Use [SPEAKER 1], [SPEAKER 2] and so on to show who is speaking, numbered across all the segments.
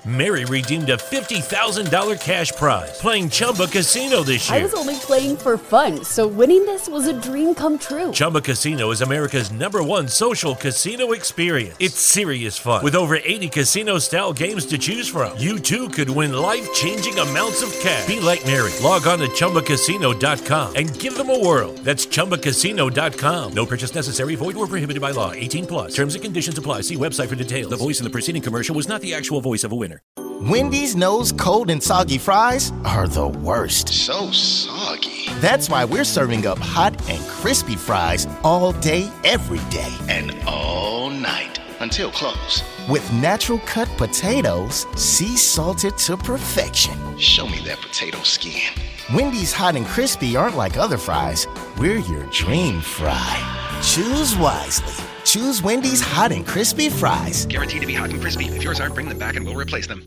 [SPEAKER 1] Mary redeemed a $50,000 cash prize playing Chumba Casino this year.
[SPEAKER 2] I was only playing for fun, so winning this was a dream come true.
[SPEAKER 1] Chumba Casino is America's #1 social casino experience. It's serious fun. With over 80 casino-style games to choose from, you too could win life-changing amounts of cash. Be like Mary. Log on to ChumbaCasino.com and give them a whirl. That's ChumbaCasino.com. No purchase necessary. Void where prohibited by law. 18 plus. Terms and conditions apply. See website for details. The voice in the preceding commercial was not the actual voice of a winner.
[SPEAKER 3] Wendy's knows cold and soggy fries are the worst.
[SPEAKER 4] So soggy.
[SPEAKER 3] That's why we're serving up hot and crispy fries all day, every day.
[SPEAKER 4] And all night until close.
[SPEAKER 3] With natural cut potatoes, sea salted to perfection.
[SPEAKER 4] Show me that potato skin.
[SPEAKER 3] Wendy's hot and crispy aren't like other fries. We're your dream fry. Choose wisely. Choose Wendy's hot and crispy fries.
[SPEAKER 5] Guaranteed to be hot and crispy. If yours aren't, bring them back and we'll replace them.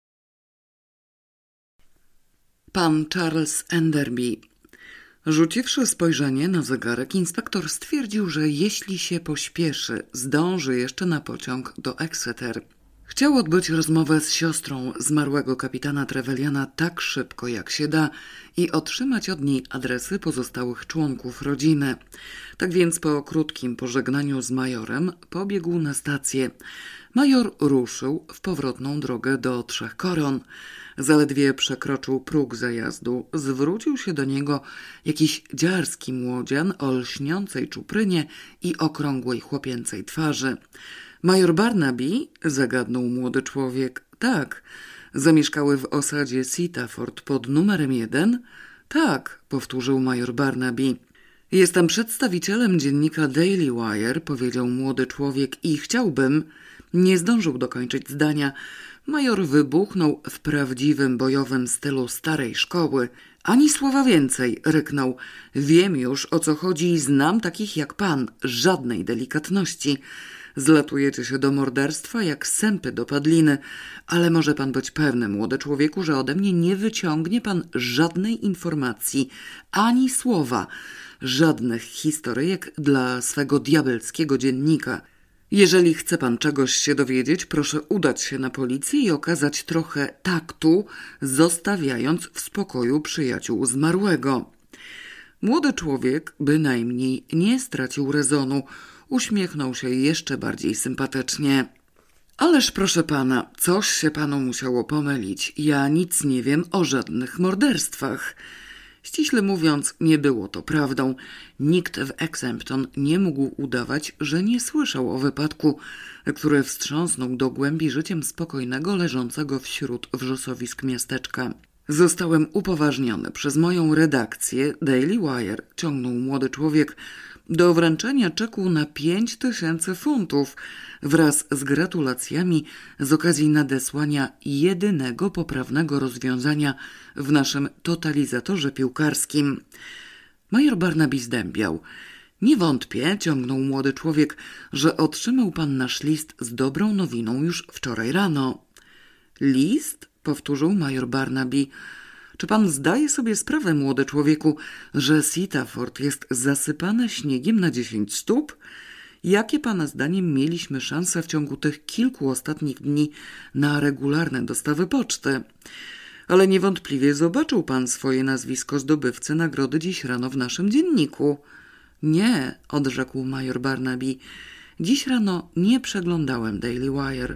[SPEAKER 6] Pan Charles Enderby. Rzuciwszy spojrzenie na zegarek, inspektor stwierdził, że jeśli się pośpieszy, zdąży jeszcze na pociąg do Exeter. Chciał odbyć rozmowę z siostrą zmarłego kapitana Trevelyan'a tak szybko jak się da i otrzymać od niej adresy pozostałych członków rodziny. Tak więc po krótkim pożegnaniu z majorem pobiegł na stację. Major ruszył w powrotną drogę do Trzech Koron. Zaledwie przekroczył próg zajazdu, zwrócił się do niego jakiś dziarski młodzian o lśniącej czuprynie i okrągłej chłopięcej twarzy. Major Barnaby? Zagadnął młody człowiek. Tak. Zamieszkały w osadzie Sitaford pod numerem 1? Tak, powtórzył major Barnaby. Jestem przedstawicielem dziennika Daily Wire, powiedział młody człowiek i chciałbym... Nie zdążył dokończyć zdania. Major wybuchnął w prawdziwym bojowym stylu starej szkoły. Ani słowa więcej, ryknął. Wiem już, o co chodzi i znam takich jak pan. Żadnej delikatności. Zlatujecie się do morderstwa jak sępy do padliny, ale może pan być pewny, młody człowieku, że ode mnie nie wyciągnie pan żadnej informacji, ani słowa, żadnych historyjek dla swego diabelskiego dziennika. Jeżeli chce pan czegoś się dowiedzieć, proszę udać się na policję i okazać trochę taktu, zostawiając w spokoju przyjaciół zmarłego. Młody człowiek bynajmniej nie stracił rezonu. Uśmiechnął się jeszcze bardziej sympatycznie. Ależ proszę pana, coś się panu musiało pomylić. Ja nic nie wiem o żadnych morderstwach. Ściśle mówiąc, nie było to prawdą. Nikt w Exempton nie mógł udawać, że nie słyszał o wypadku, który wstrząsnął do głębi życiem spokojnego, leżącego wśród wrzosowisk miasteczka. Zostałem upoważniony przez moją redakcję Daily Wire, ciągnął młody człowiek, do wręczenia czeku na 5000 funtów wraz z gratulacjami z okazji nadesłania jedynego poprawnego rozwiązania w naszym totalizatorze piłkarskim. Major Barnaby zdębiał. Nie wątpię, ciągnął młody człowiek, że otrzymał pan nasz list z dobrą nowiną już wczoraj rano. List? Powtórzył major Barnaby. Czy pan zdaje sobie sprawę, młody człowieku, że Sitaford jest zasypane śniegiem na 10 stóp? Jakie pana zdaniem mieliśmy szanse w ciągu tych kilku ostatnich dni na regularne dostawy poczty? Ale niewątpliwie zobaczył pan swoje nazwisko zdobywcy nagrody dziś rano w naszym dzienniku. Nie, odrzekł major Barnaby. Dziś rano nie przeglądałem Daily Wire.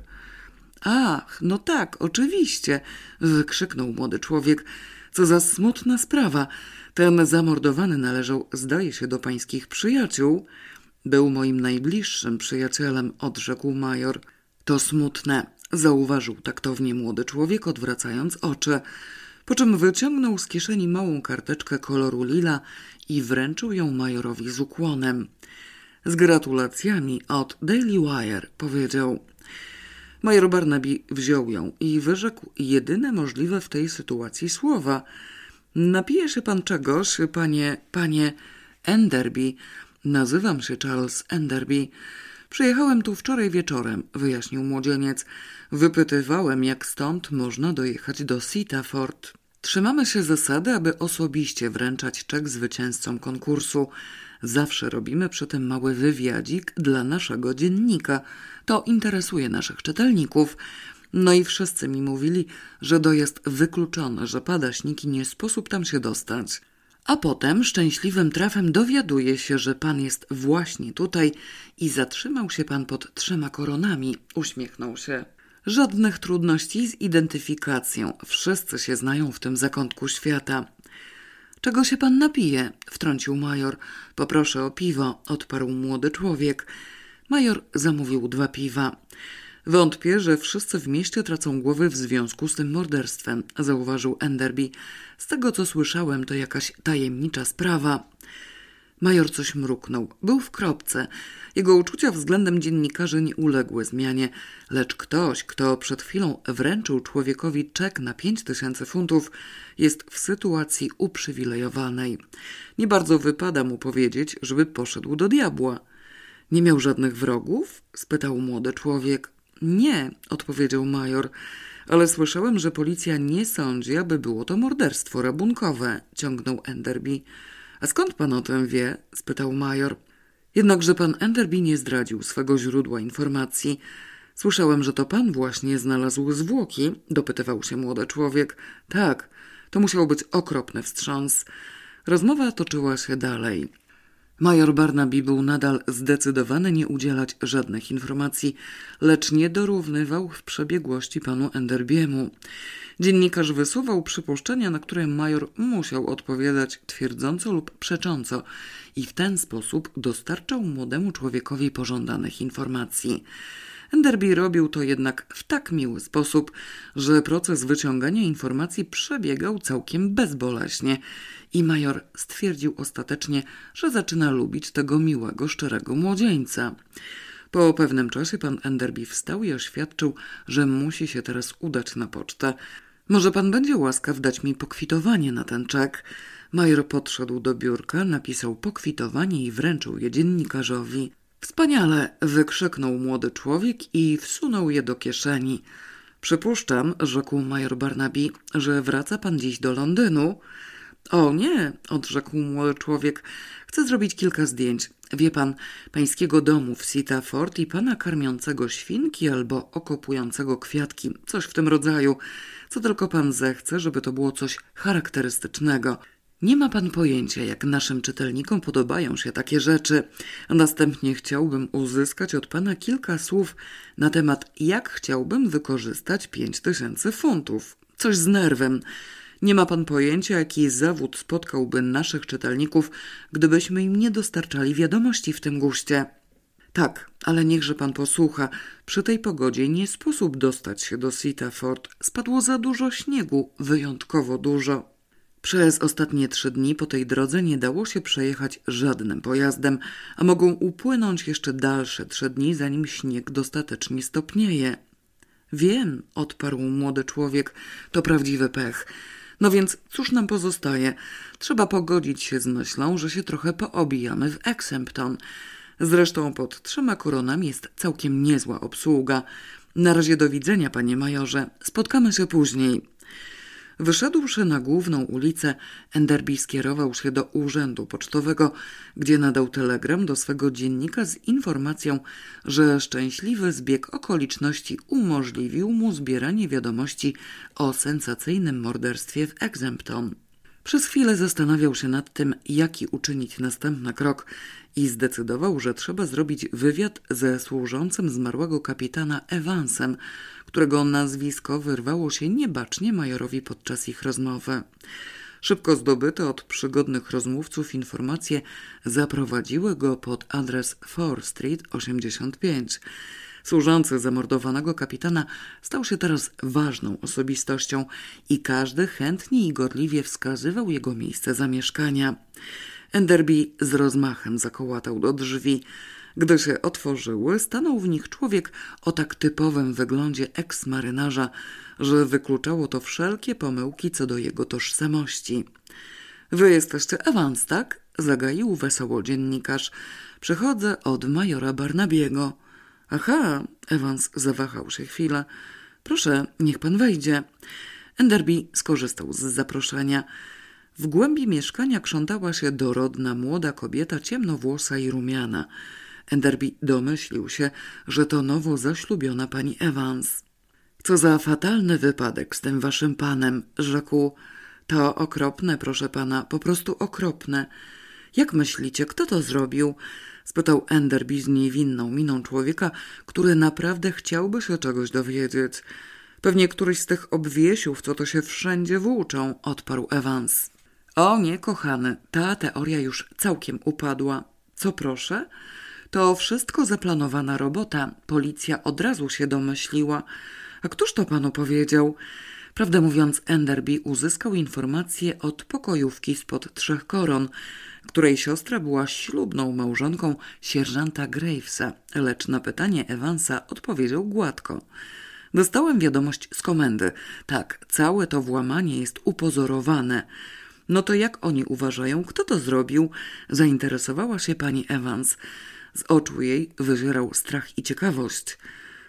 [SPEAKER 6] Ach, no tak, oczywiście, wykrzyknął młody człowiek. Co za smutna sprawa. Ten zamordowany należał, zdaje się, do pańskich przyjaciół. Był moim najbliższym przyjacielem, odrzekł major. To smutne, zauważył taktownie młody człowiek, odwracając oczy, po czym wyciągnął z kieszeni małą karteczkę koloru lila i wręczył ją majorowi z ukłonem. Z gratulacjami od Daily Wire, powiedział. Major Barnaby wziął ją i wyrzekł jedyne możliwe w tej sytuacji słowa. Napije się pan czegoś, panie Enderby. Nazywam się Charles Enderby. Przyjechałem tu wczoraj wieczorem, wyjaśnił młodzieniec. Wypytywałem, jak stąd można dojechać do Sitaford. Trzymamy się zasady, aby osobiście wręczać czek zwycięzcom konkursu. Zawsze robimy przy tym mały wywiadzik dla naszego dziennika. To interesuje naszych czytelników. No i wszyscy mi mówili, że dojazd wykluczony, że pada śnieg i nie sposób tam się dostać. A potem szczęśliwym trafem dowiaduje się, że pan jest właśnie tutaj i zatrzymał się pan pod 3 koronami. Uśmiechnął się. Żadnych trudności z identyfikacją. Wszyscy się znają w tym zakątku świata. Czego się pan napije? Wtrącił major. Poproszę o piwo, odparł młody człowiek. Major zamówił 2 piwa. Wątpię, że wszyscy w mieście tracą głowy w związku z tym morderstwem, zauważył Enderby. Z tego, co słyszałem, to jakaś tajemnicza sprawa. Major coś mruknął. Był w kropce. Jego uczucia względem dziennikarzy nie uległy zmianie, lecz ktoś, kto przed chwilą wręczył człowiekowi czek na 5000 funtów, jest w sytuacji uprzywilejowanej. Nie bardzo wypada mu powiedzieć, żeby poszedł do diabła. Nie miał żadnych wrogów? Spytał młody człowiek. Nie, odpowiedział major, ale słyszałem, że policja nie sądzi, aby było to morderstwo rabunkowe, ciągnął Enderby. A skąd pan o tym wie? Spytał major. Jednakże pan Enderby nie zdradził swego źródła informacji. Słyszałem, że to pan właśnie znalazł zwłoki, dopytywał się młody człowiek. Tak, to musiał być okropny wstrząs. Rozmowa toczyła się dalej. Major Barnaby był nadal zdecydowany nie udzielać żadnych informacji, lecz nie dorównywał w przebiegłości panu Enderbiemu. Dziennikarz wysuwał przypuszczenia, na które major musiał odpowiadać twierdząco lub przecząco i w ten sposób dostarczał młodemu człowiekowi pożądanych informacji. Enderby robił to jednak w tak miły sposób, że proces wyciągania informacji przebiegał całkiem bezboleśnie i major stwierdził ostatecznie, że zaczyna lubić tego miłego, szczerego młodzieńca. Po pewnym czasie pan Enderby wstał i oświadczył, że musi się teraz udać na pocztę. Może pan będzie łaskaw dać mi pokwitowanie na ten czek? Major podszedł do biurka, napisał pokwitowanie i wręczył je dziennikarzowi. Wspaniale! Wykrzyknął młody człowiek i wsunął je do kieszeni. Przypuszczam, rzekł major Barnaby, że wraca pan dziś do Londynu. O nie, odrzekł młody człowiek. Chcę zrobić kilka zdjęć. Wie pan, pańskiego domu w Sitaford i pana karmiącego świnki albo okopującego kwiatki. Coś w tym rodzaju. Co tylko pan zechce, żeby to było coś charakterystycznego. Nie ma pan pojęcia, jak naszym czytelnikom podobają się takie rzeczy. A następnie chciałbym uzyskać od pana kilka słów na temat, jak chciałbym wykorzystać 5000 funtów. Coś z nerwem. Nie ma pan pojęcia, jaki zawód spotkałby naszych czytelników, gdybyśmy im nie dostarczali wiadomości w tym guście. Tak, ale niechże pan posłucha. Przy tej pogodzie nie sposób dostać się do Sitaford. Spadło za dużo śniegu, wyjątkowo dużo. Przez ostatnie 3 dni po tej drodze nie dało się przejechać żadnym pojazdem, a mogą upłynąć jeszcze dalsze 3 dni, zanim śnieg dostatecznie stopnieje. Wiem, odparł młody człowiek, to prawdziwy pech. No więc cóż nam pozostaje? Trzeba pogodzić się z myślą, że się trochę poobijamy w Exempton. Zresztą pod 3 koronami jest całkiem niezła obsługa. Na razie do widzenia, panie majorze. Spotkamy się później. Wyszedłszy na główną ulicę, Enderby skierował się do urzędu pocztowego, gdzie nadał telegram do swego dziennika z informacją, że szczęśliwy zbieg okoliczności umożliwił mu zbieranie wiadomości o sensacyjnym morderstwie w Exempton. Przez chwilę zastanawiał się nad tym, jaki uczynić następny krok i zdecydował, że trzeba zrobić wywiad ze służącym zmarłego kapitana Evansem, którego nazwisko wyrwało się niebacznie majorowi podczas ich rozmowy. Szybko zdobyte od przygodnych rozmówców informacje zaprowadziły go pod adres Fore Street 85. Służący zamordowanego kapitana stał się teraz ważną osobistością i każdy chętnie i gorliwie wskazywał jego miejsce zamieszkania. Enderby z rozmachem zakołatał do drzwi. Gdy się otworzyły, stanął w nich człowiek o tak typowym wyglądzie eks-marynarza, że wykluczało to wszelkie pomyłki co do jego tożsamości. Wy jesteście Evans, tak? Zagaił wesoło dziennikarz. Przychodzę od majora Barnabiego. Aha, Evans zawahał się chwilę. Proszę, niech pan wejdzie. Enderby skorzystał z zaproszenia. W głębi mieszkania krzątała się dorodna, młoda kobieta, ciemnowłosa i rumiana. Enderby domyślił się, że to nowo zaślubiona pani Evans. Co za fatalny wypadek z tym waszym panem, rzekł. To okropne, proszę pana, po prostu okropne. Jak myślicie, kto to zrobił? Spytał Enderby z niewinną miną człowieka, który naprawdę chciałby się czegoś dowiedzieć. Pewnie któryś z tych obwiesiów, co to się wszędzie włóczą, odparł Evans. O nie, kochany, ta teoria już całkiem upadła. Co proszę? To wszystko zaplanowana robota. Policja od razu się domyśliła. A któż to panu powiedział? Prawdę mówiąc, Enderby uzyskał informację od pokojówki spod 3 koron, której siostra była ślubną małżonką sierżanta Gravesa, lecz na pytanie Evansa odpowiedział gładko. Dostałem wiadomość z komendy. Tak, całe to włamanie jest upozorowane. No to jak oni uważają, kto to zrobił? Zainteresowała się pani Evans. Z oczu jej wyzierał strach i ciekawość.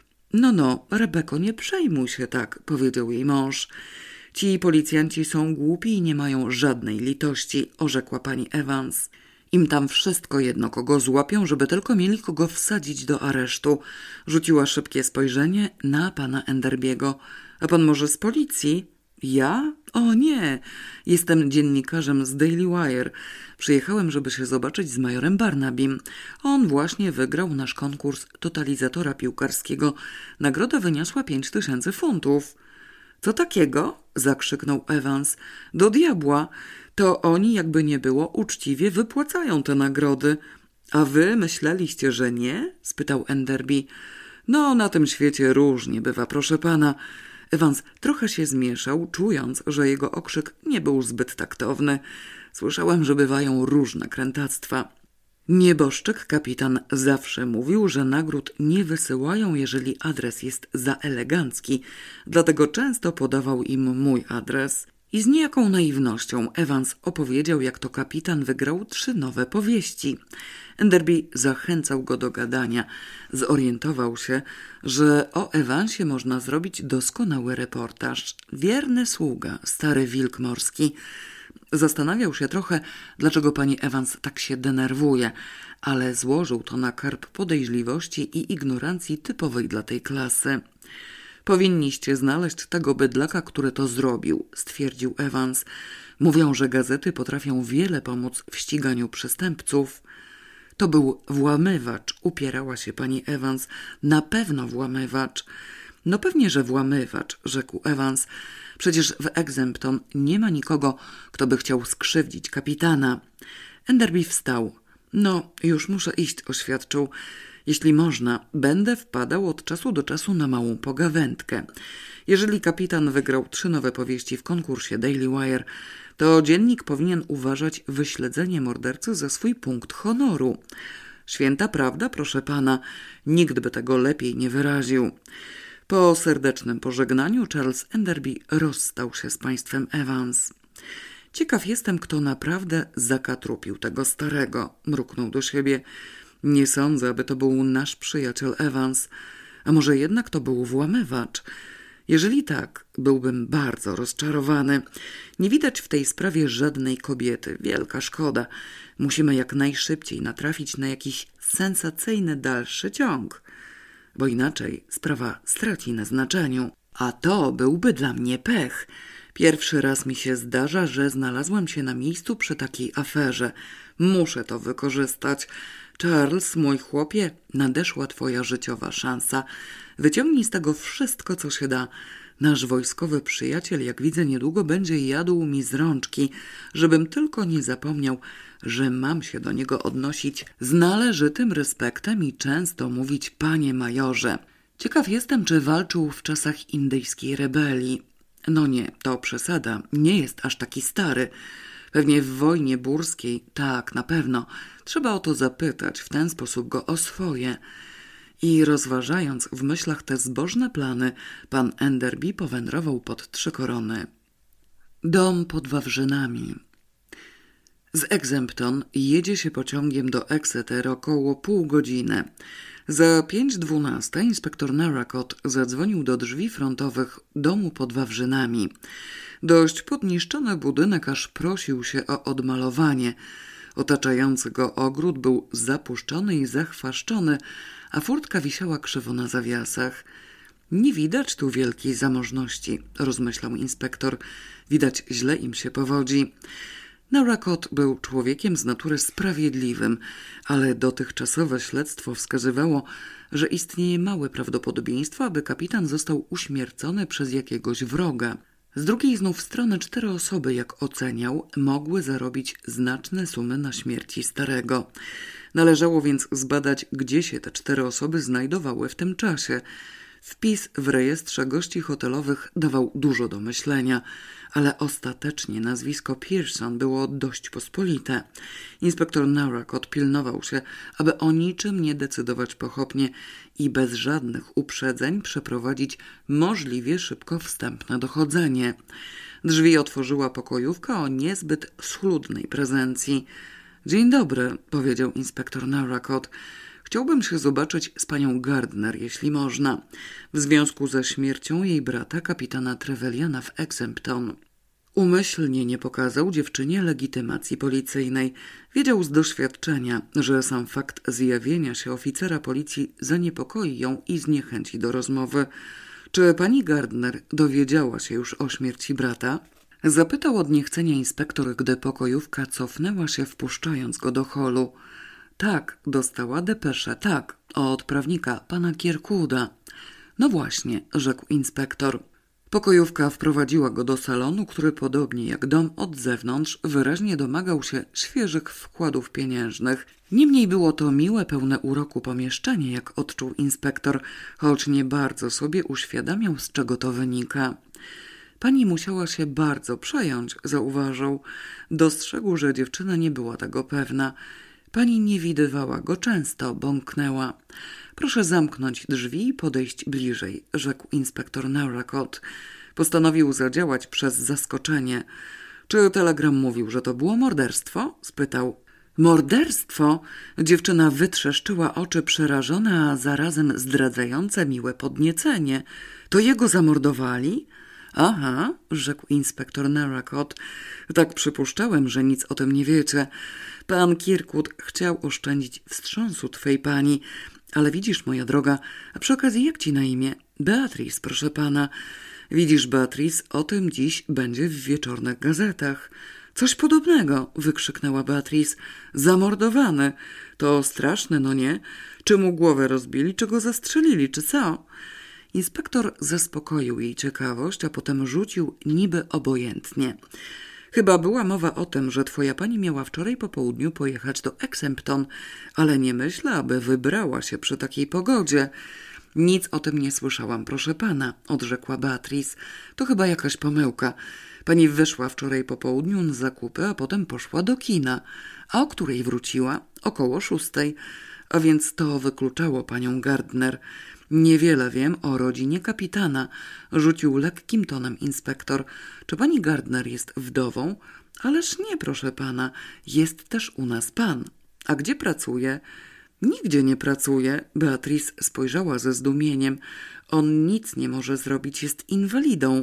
[SPEAKER 6] No, Rebeko, nie przejmuj się tak, powiedział jej mąż. Ci policjanci są głupi i nie mają żadnej litości, orzekła pani Evans. Im tam wszystko jedno, kogo złapią, żeby tylko mieli kogo wsadzić do aresztu. Rzuciła szybkie spojrzenie na pana Enderbiego. A pan może z policji? Ja? O nie, jestem dziennikarzem z Daily Wire. Przyjechałem, żeby się zobaczyć z majorem Barnabym. On właśnie wygrał nasz konkurs totalizatora piłkarskiego. Nagroda wyniosła 5000 funtów. Co takiego? Zakrzyknął Evans. Do diabła! To oni, jakby nie było, uczciwie wypłacają te nagrody. A wy myśleliście, że nie? Spytał Enderby. No, na tym świecie różnie bywa, proszę pana. Evans trochę się zmieszał, czując, że jego okrzyk nie był zbyt taktowny. Słyszałem, że bywają różne krętactwa. Nieboszczyk kapitan zawsze mówił, że nagród nie wysyłają, jeżeli adres jest za elegancki, dlatego często podawał im mój adres. I z niejaką naiwnością Evans opowiedział, jak to kapitan wygrał 3 nowe powieści. Enderby zachęcał go do gadania. Zorientował się, że o Evansie można zrobić doskonały reportaż. Wierny sługa, stary wilk morski. Zastanawiał się trochę, dlaczego pani Evans tak się denerwuje, ale złożył to na karb podejrzliwości i ignorancji typowej dla tej klasy. Powinniście znaleźć tego bydlaka, który to zrobił, stwierdził Evans. Mówią, że gazety potrafią wiele pomóc w ściganiu przestępców. To był włamywacz, upierała się pani Evans. Na pewno włamywacz. No pewnie, że włamywacz, rzekł Evans. Przecież w Exempton nie ma nikogo, kto by chciał skrzywdzić kapitana. Enderby wstał. No, już muszę iść, oświadczył. Jeśli można, będę wpadał od czasu do czasu na małą pogawędkę. Jeżeli kapitan wygrał 3 nowe powieści w konkursie Daily Wire, to dziennik powinien uważać wyśledzenie mordercy za swój punkt honoru. Święta prawda, proszę pana, nikt by tego lepiej nie wyraził. Po serdecznym pożegnaniu Charles Enderby rozstał się z państwem Evans. Ciekaw jestem, kto naprawdę zakatrupił tego starego, mruknął do siebie. Nie sądzę, aby to był nasz przyjaciel Evans, a może jednak to był włamywacz. Jeżeli tak, byłbym bardzo rozczarowany. Nie widać w tej sprawie żadnej kobiety. Wielka szkoda. Musimy jak najszybciej natrafić na jakiś sensacyjny dalszy ciąg, bo inaczej sprawa straci na znaczeniu. A to byłby dla mnie pech. Pierwszy raz mi się zdarza, że znalazłem się na miejscu przy takiej aferze. Muszę to wykorzystać. Charles, mój chłopie, nadeszła twoja życiowa szansa. Wyciągnij z tego wszystko, co się da. Nasz wojskowy przyjaciel, jak widzę, niedługo będzie jadł mi z rączki, żebym tylko nie zapomniał, że mam się do niego odnosić z należytym respektem i często mówić panie majorze. Ciekaw jestem, czy walczył w czasach indyjskiej rebelii. No nie, to przesada, nie jest aż taki stary. Pewnie w wojnie burskiej, tak, na pewno. Trzeba o to zapytać, w ten sposób go oswoję. I rozważając w myślach te zbożne plany, pan Enderby powędrował pod 3 korony. Dom pod Wawrzynami. Z Exempton jedzie się pociągiem do Exeter około pół godziny. Za 5:12 inspektor Narracott zadzwonił do drzwi frontowych domu pod Wawrzynami. Dość podniszczony budynek aż prosił się o odmalowanie. Otaczający go ogród był zapuszczony i zachwaszczony, a furtka wisiała krzywo na zawiasach. Nie widać tu wielkiej zamożności, rozmyślał inspektor. Widać, źle im się powodzi. Narracott był człowiekiem z natury sprawiedliwym, ale dotychczasowe śledztwo wskazywało, że istnieje małe prawdopodobieństwo, aby kapitan został uśmiercony przez jakiegoś wroga. Z drugiej znów strony 4 osoby, jak oceniał, mogły zarobić znaczne sumy na śmierci starego. Należało więc zbadać, gdzie się te 4 osoby znajdowały w tym czasie. Wpis w rejestrze gości hotelowych dawał dużo do myślenia, ale ostatecznie nazwisko Pearson było dość pospolite. Inspektor Narracott pilnował się, aby o niczym nie decydować pochopnie i bez żadnych uprzedzeń przeprowadzić możliwie szybko wstępne dochodzenie. Drzwi otworzyła pokojówka o niezbyt schludnej prezencji. Dzień dobry, powiedział inspektor Narracott. Chciałbym się zobaczyć z panią Gardner, jeśli można, w związku ze śmiercią jej brata, kapitana Trevelyan'a w Exempton. Umyślnie nie pokazał dziewczynie legitymacji policyjnej. Wiedział z doświadczenia, że sam fakt zjawienia się oficera policji zaniepokoi ją i zniechęci do rozmowy. Czy pani Gardner dowiedziała się już o śmierci brata? Zapytał od niechcenia inspektor, gdy pokojówka cofnęła się, wpuszczając go do holu. Tak, dostała depeszę, tak, od prawnika, pana Kirkwooda. No właśnie, rzekł inspektor. Pokojówka wprowadziła go do salonu, który podobnie jak dom od zewnątrz wyraźnie domagał się świeżych wkładów pieniężnych. Niemniej było to miłe, pełne uroku pomieszczenie, jak odczuł inspektor, choć nie bardzo sobie uświadamiał, z czego to wynika. Pani musiała się bardzo przejąć, zauważył. Dostrzegł, że dziewczyna nie była tego pewna. Pani nie widywała go często, bąknęła. Proszę zamknąć drzwi i podejść bliżej, rzekł inspektor Narracott. Postanowił zadziałać przez zaskoczenie. Czy telegram mówił, że to było morderstwo? Spytał. Morderstwo? Dziewczyna wytrzeszczyła oczy przerażona, a zarazem zdradzające miłe podniecenie. To jego zamordowali? Aha, rzekł inspektor Narracott. Tak przypuszczałem, że nic o tym nie wiecie. Pan Kirkwood chciał oszczędzić wstrząsu twej pani. Ale widzisz, moja droga, a przy okazji jak ci na imię? Beatrice, proszę pana. Widzisz, Beatrice, o tym dziś będzie w wieczornych gazetach. Coś podobnego, wykrzyknęła Beatrice. Zamordowany. To straszne, no nie? Czy mu głowę rozbili, czy go zastrzelili, czy co? Inspektor zaspokoił jej ciekawość, a potem rzucił niby obojętnie. Chyba była mowa o tym, że twoja pani miała wczoraj po południu pojechać do Exempton, ale nie myślę, aby wybrała się przy takiej pogodzie. Nic o tym nie słyszałam, proszę pana, odrzekła Beatrice. To chyba jakaś pomyłka. Pani wyszła wczoraj po południu na zakupy, a potem poszła do kina. A o której wróciła? Około 6. A więc to wykluczało panią Gardner. Niewiele wiem o rodzinie kapitana, rzucił lekkim tonem inspektor. Czy pani Gardner jest wdową? Ależ nie, proszę pana, jest też u nas pan. A gdzie pracuje? Nigdzie nie pracuje. Beatrice spojrzała ze zdumieniem. On nic nie może zrobić, jest inwalidą.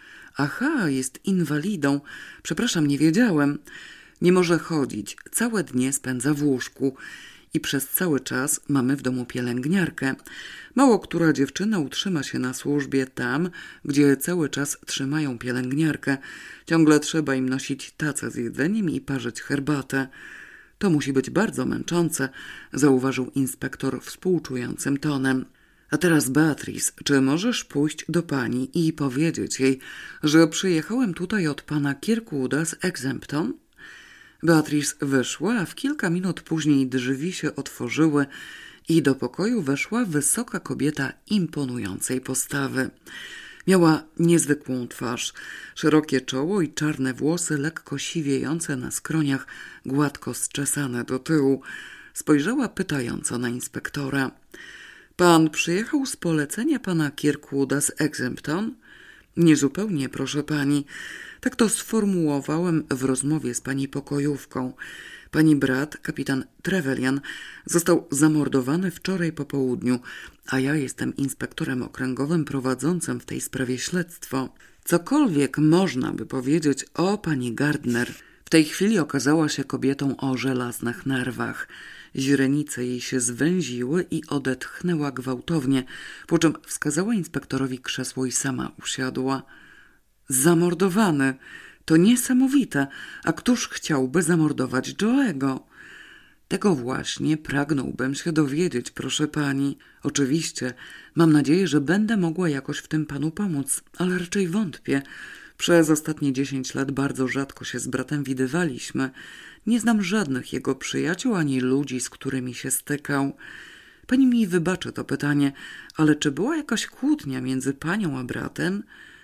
[SPEAKER 6] Aha, jest inwalidą. Przepraszam, nie wiedziałem. Nie może chodzić, całe dnie spędza w łóżku. I przez cały czas mamy w domu pielęgniarkę. Mało która dziewczyna utrzyma się na służbie tam, gdzie cały czas trzymają pielęgniarkę. Ciągle trzeba im nosić tacę z jedzeniem i parzyć herbatę. To musi być bardzo męczące, zauważył inspektor współczującym tonem. A teraz, Beatrice, czy możesz pójść do pani i powiedzieć jej, że przyjechałem tutaj od pana Kirkwooda z Exempton? Beatrice wyszła, a w kilka minut później drzwi się otworzyły i do pokoju weszła wysoka kobieta imponującej postawy. Miała niezwykłą twarz, szerokie czoło i czarne włosy lekko siwiejące na skroniach, gładko zczesane do tyłu. Spojrzała pytająco na inspektora. Pan przyjechał z polecenia pana Kirkwooda z Exempton? Niezupełnie, proszę pani. Tak to sformułowałem w rozmowie z pani pokojówką. Pani brat, kapitan Trevelyan, został zamordowany wczoraj po południu, a ja jestem inspektorem okręgowym prowadzącym w tej sprawie śledztwo. Cokolwiek można by powiedzieć o pani Gardner, w tej chwili okazała się kobietą o żelaznych nerwach. Źrenice jej się zwęziły i odetchnęła gwałtownie, po czym wskazała inspektorowi krzesło i sama usiadła. Zamordowany! To niesamowite! A któż chciałby zamordować Joe'ego? Tego właśnie pragnąłbym się dowiedzieć, proszę pani. Oczywiście, mam nadzieję, że będę mogła jakoś w tym panu pomóc, ale raczej wątpię. Przez ostatnie 10 lat bardzo rzadko się z bratem widywaliśmy. Nie znam żadnych jego przyjaciół ani ludzi, z którymi się stykał. Pani mi wybaczy to pytanie, ale czy była jakaś kłótnia między panią a bratem?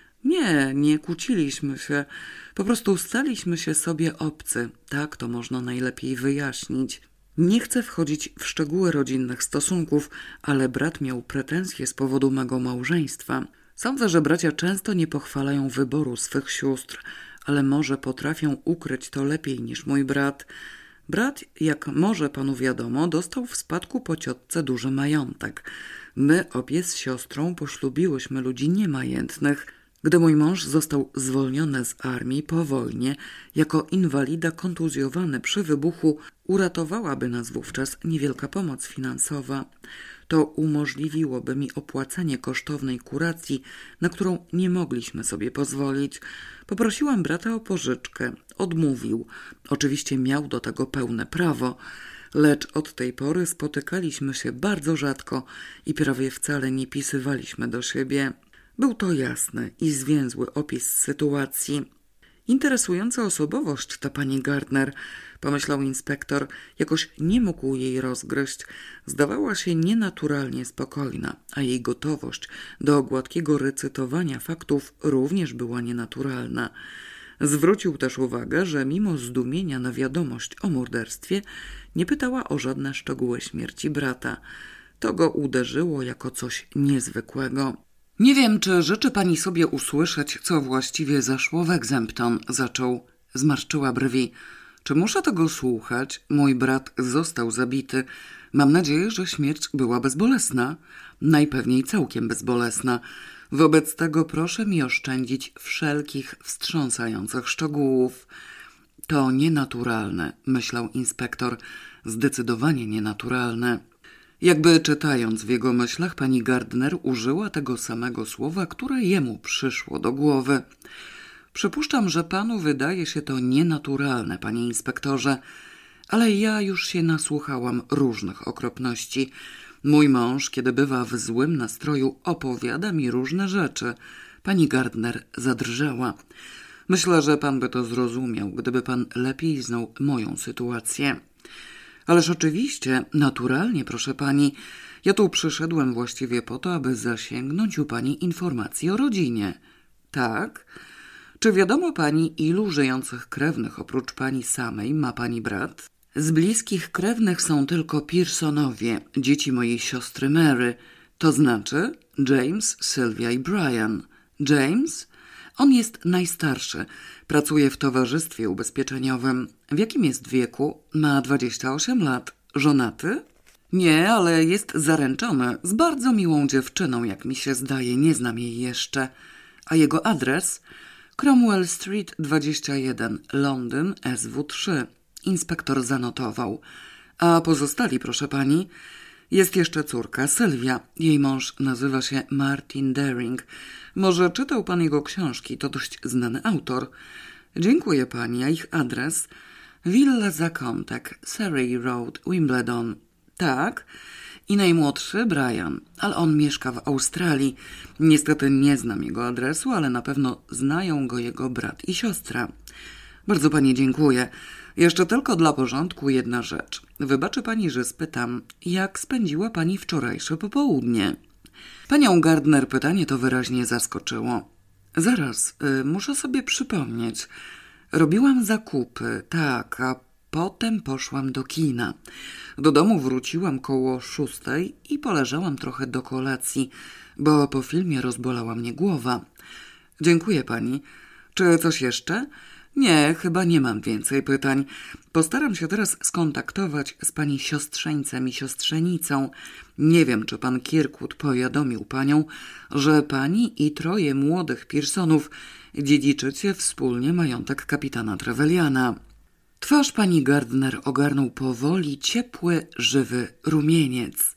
[SPEAKER 6] Nie kłóciliśmy się. Po prostu staliśmy się sobie obcy. Tak to można najlepiej wyjaśnić. Nie chcę wchodzić w szczegóły rodzinnych stosunków, ale brat miał pretensje z powodu mego małżeństwa. Sądzę, że bracia często nie pochwalają wyboru swych sióstr, ale może potrafią ukryć to lepiej niż mój brat. Brat, jak może panu wiadomo, dostał w spadku po ciotce duży majątek. My obie z siostrą poślubiłyśmy ludzi niemajętnych. Gdy mój mąż został zwolniony z armii po wojnie, jako inwalida kontuzjowany przy wybuchu, uratowałaby nas wówczas niewielka pomoc finansowa. To umożliwiłoby mi opłacenie kosztownej kuracji, na którą nie mogliśmy sobie pozwolić. Poprosiłam brata o pożyczkę. Odmówił. Oczywiście miał do tego pełne prawo, lecz od tej pory spotykaliśmy się bardzo rzadko i prawie wcale nie pisywaliśmy do siebie. Był to jasny i zwięzły opis sytuacji. Interesująca osobowość ta pani Gardner, pomyślał inspektor. Jakoś nie mógł jej rozgryźć. Zdawała się nienaturalnie spokojna, a jej gotowość do gładkiego recytowania faktów również była nienaturalna. Zwrócił też uwagę, że mimo zdumienia na wiadomość o morderstwie nie pytała o żadne szczegóły śmierci brata. To go uderzyło jako coś niezwykłego. Nie wiem, czy życzy pani sobie usłyszeć, co właściwie zaszło w Exempton, zaczął. Zmarszczyła brwi. Czy muszę tego słuchać? Mój brat został zabity. Mam nadzieję, że śmierć była bezbolesna. Najpewniej całkiem bezbolesna. Wobec tego proszę mi oszczędzić wszelkich wstrząsających szczegółów. To nienaturalne, myślał inspektor. Zdecydowanie nienaturalne. Jakby czytając w jego myślach, pani Gardner użyła tego samego słowa, które jemu przyszło do głowy. Przypuszczam, że panu wydaje się to nienaturalne, panie inspektorze, ale ja już się nasłuchałam różnych okropności. Mój mąż, kiedy bywa w złym nastroju, opowiada mi różne rzeczy. Pani Gardner zadrżała. Myślę, że pan by to zrozumiał, gdyby pan lepiej znał moją sytuację. Ależ oczywiście, naturalnie, proszę pani. Ja tu przyszedłem właściwie po to, aby zasięgnąć u pani informacji o rodzinie. Tak? Czy wiadomo pani, ilu żyjących krewnych oprócz pani samej ma pani brat? Z bliskich krewnych są tylko Pearsonowie, dzieci mojej siostry Mary. To znaczy James, Sylvia i Brian. James? On jest najstarszy. Pracuje w towarzystwie ubezpieczeniowym. W jakim jest wieku? Ma 28 lat. Żonaty? Nie, ale jest zaręczony z bardzo miłą dziewczyną, jak mi się zdaje. Nie znam jej jeszcze. A jego adres? Cromwell Street 21, Londyn, SW3. Inspektor zanotował. A pozostali, proszę pani? Jest jeszcze córka, Sylwia. Jej mąż nazywa się Martin Daring. Może czytał pan jego książki, to dość znany autor. Dziękuję pani, a ich adres? Villa Zakątek, Surrey Road, Wimbledon. Tak. I najmłodszy Brian, ale on mieszka w Australii. Niestety nie znam jego adresu, ale na pewno znają go jego brat i siostra. Bardzo pani dziękuję. Jeszcze tylko dla porządku jedna rzecz. Wybaczy pani, że spytam, jak spędziła pani wczorajsze popołudnie? Panią Gardner pytanie to wyraźnie zaskoczyło. Zaraz, muszę sobie przypomnieć. Robiłam zakupy, tak, a potem poszłam do kina. Do domu wróciłam koło 6:00 i poleżałam trochę do kolacji, bo po filmie rozbolała mnie głowa. Dziękuję pani. Czy coś jeszcze? Nie, chyba nie mam więcej pytań. Postaram się teraz skontaktować z pani siostrzeńcem i siostrzenicą. Nie wiem, czy pan Kirkwood powiadomił panią, że pani i 3 młodych Pearsonów dziedziczycie wspólnie majątek kapitana Trevelyan'a. Twarz pani Gardner ogarnął powoli ciepły, żywy rumieniec.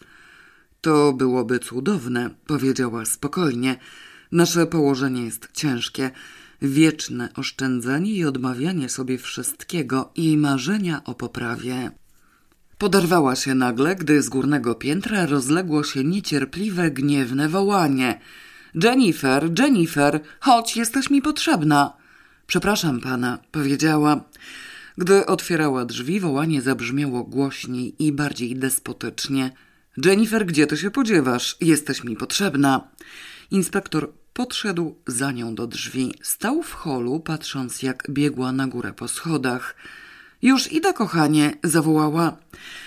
[SPEAKER 6] To byłoby cudowne, powiedziała spokojnie. Nasze położenie jest ciężkie. Wieczne oszczędzanie i odmawianie sobie wszystkiego i marzenia o poprawie. Poderwała się nagle, gdy z górnego piętra rozległo się niecierpliwe, gniewne wołanie. Jennifer, Jennifer, chodź, jesteś mi potrzebna. Przepraszam pana, powiedziała. Gdy otwierała drzwi, wołanie zabrzmiało głośniej i bardziej despotycznie. Jennifer, gdzie ty się podziewasz? Jesteś mi potrzebna. Inspektor podszedł za nią do drzwi. Stał w holu, patrząc jak biegła na górę po schodach. Już idę, kochanie, zawołała.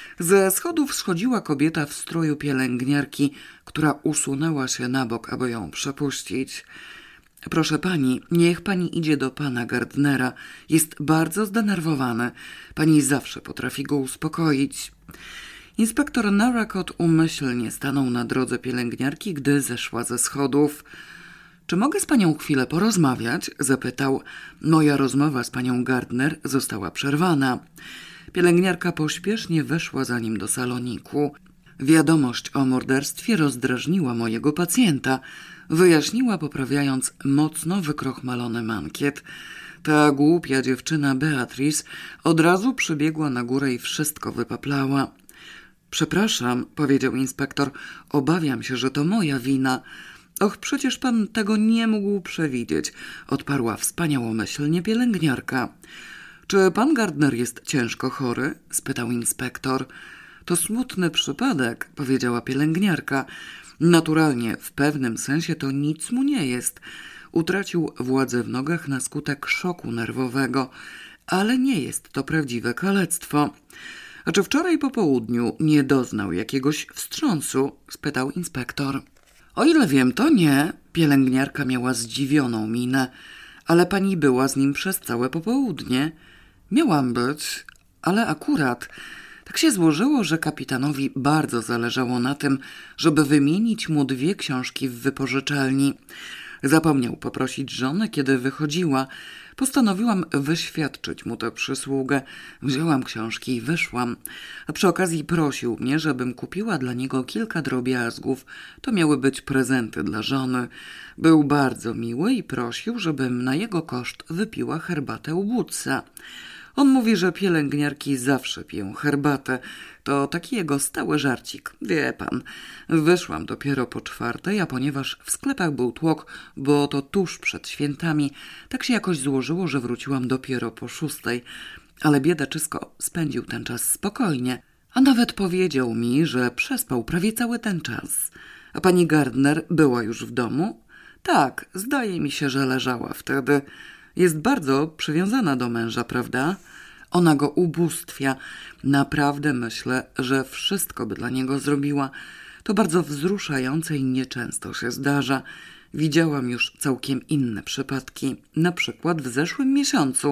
[SPEAKER 6] Ze schodów schodziła kobieta w stroju pielęgniarki, która usunęła się na bok, aby ją przepuścić. Proszę pani, niech pani idzie do pana Gardnera. Jest bardzo zdenerwowany. Pani zawsze potrafi go uspokoić. Inspektor Narracott umyślnie stanął na drodze pielęgniarki, gdy zeszła ze schodów. Czy mogę z panią chwilę porozmawiać? Zapytał. Moja rozmowa z panią Gardner została przerwana. Pielęgniarka pośpiesznie weszła za nim do saloniku. Wiadomość o morderstwie rozdrażniła mojego pacjenta. Wyjaśniła, poprawiając mocno wykrochmalony mankiet. Ta głupia dziewczyna Beatrice od razu przybiegła na górę i wszystko wypaplała. Przepraszam, powiedział inspektor, obawiam się, że to moja wina. Och, przecież pan tego nie mógł przewidzieć, odparła wspaniałomyślnie pielęgniarka. Czy pan Gardner jest ciężko chory? Spytał inspektor. To smutny przypadek, powiedziała pielęgniarka. Naturalnie, w pewnym sensie to nic mu nie jest. Utracił władzę w nogach na skutek szoku nerwowego, ale nie jest to prawdziwe kalectwo. A czy wczoraj po południu nie doznał jakiegoś wstrząsu? Spytał inspektor. O ile wiem, to nie. Pielęgniarka miała zdziwioną minę. Ale pani była z nim przez całe popołudnie. Miałam być, ale akurat tak się złożyło, że kapitanowi bardzo zależało na tym, żeby wymienić mu 2 książki w wypożyczalni. Zapomniał poprosić żonę, kiedy wychodziła. Postanowiłam wyświadczyć mu tę przysługę. Wzięłam książki i wyszłam. A przy okazji prosił mnie, żebym kupiła dla niego kilka drobiazgów. To miały być prezenty dla żony. Był bardzo miły i prosił, żebym na jego koszt wypiła herbatę u Woodsa. On mówi, że pielęgniarki zawsze piją herbatę. To taki jego stały żarcik. Wie pan, wyszłam dopiero po 4:00, a ponieważ w sklepach był tłok, bo to tuż przed świętami, tak się jakoś złożyło, że wróciłam dopiero po 6:00. Ale biedaczysko spędził ten czas spokojnie, a nawet powiedział mi, że przespał prawie cały ten czas. A pani Gardner była już w domu? Tak, zdaje mi się, że leżała wtedy. Jest bardzo przywiązana do męża, prawda? Ona go ubóstwia. Naprawdę myślę, że wszystko by dla niego zrobiła. To bardzo wzruszające i nieczęsto się zdarza. Widziałam już całkiem inne przypadki, na przykład w zeszłym miesiącu.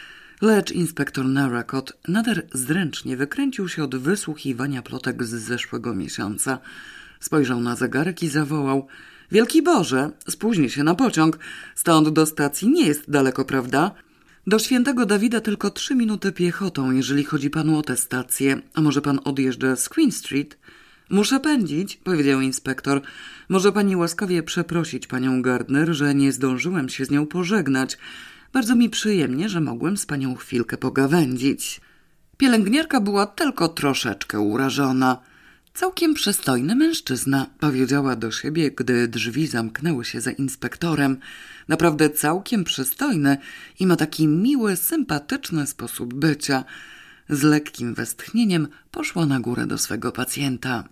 [SPEAKER 6] Lecz inspektor Narracott nader zręcznie wykręcił się od wysłuchiwania plotek z zeszłego miesiąca. Spojrzał na zegarek i zawołał: Wielki Boże, spóźnię się na pociąg. Stąd do stacji nie jest daleko, prawda? Do Świętego Dawida tylko 3 minuty piechotą, jeżeli chodzi panu o tę stację. A może pan odjeżdża z Queen Street? Muszę pędzić, powiedział inspektor. Może pani łaskawie przeprosić panią Gardner, że nie zdążyłem się z nią pożegnać. Bardzo mi przyjemnie, że mogłem z panią chwilkę pogawędzić. Pielęgniarka była tylko troszeczkę urażona. Całkiem przystojny mężczyzna, powiedziała do siebie, gdy drzwi zamknęły się za inspektorem. Naprawdę całkiem przystojny i ma taki miły, sympatyczny sposób bycia. Z lekkim westchnieniem poszła na górę do swego pacjenta.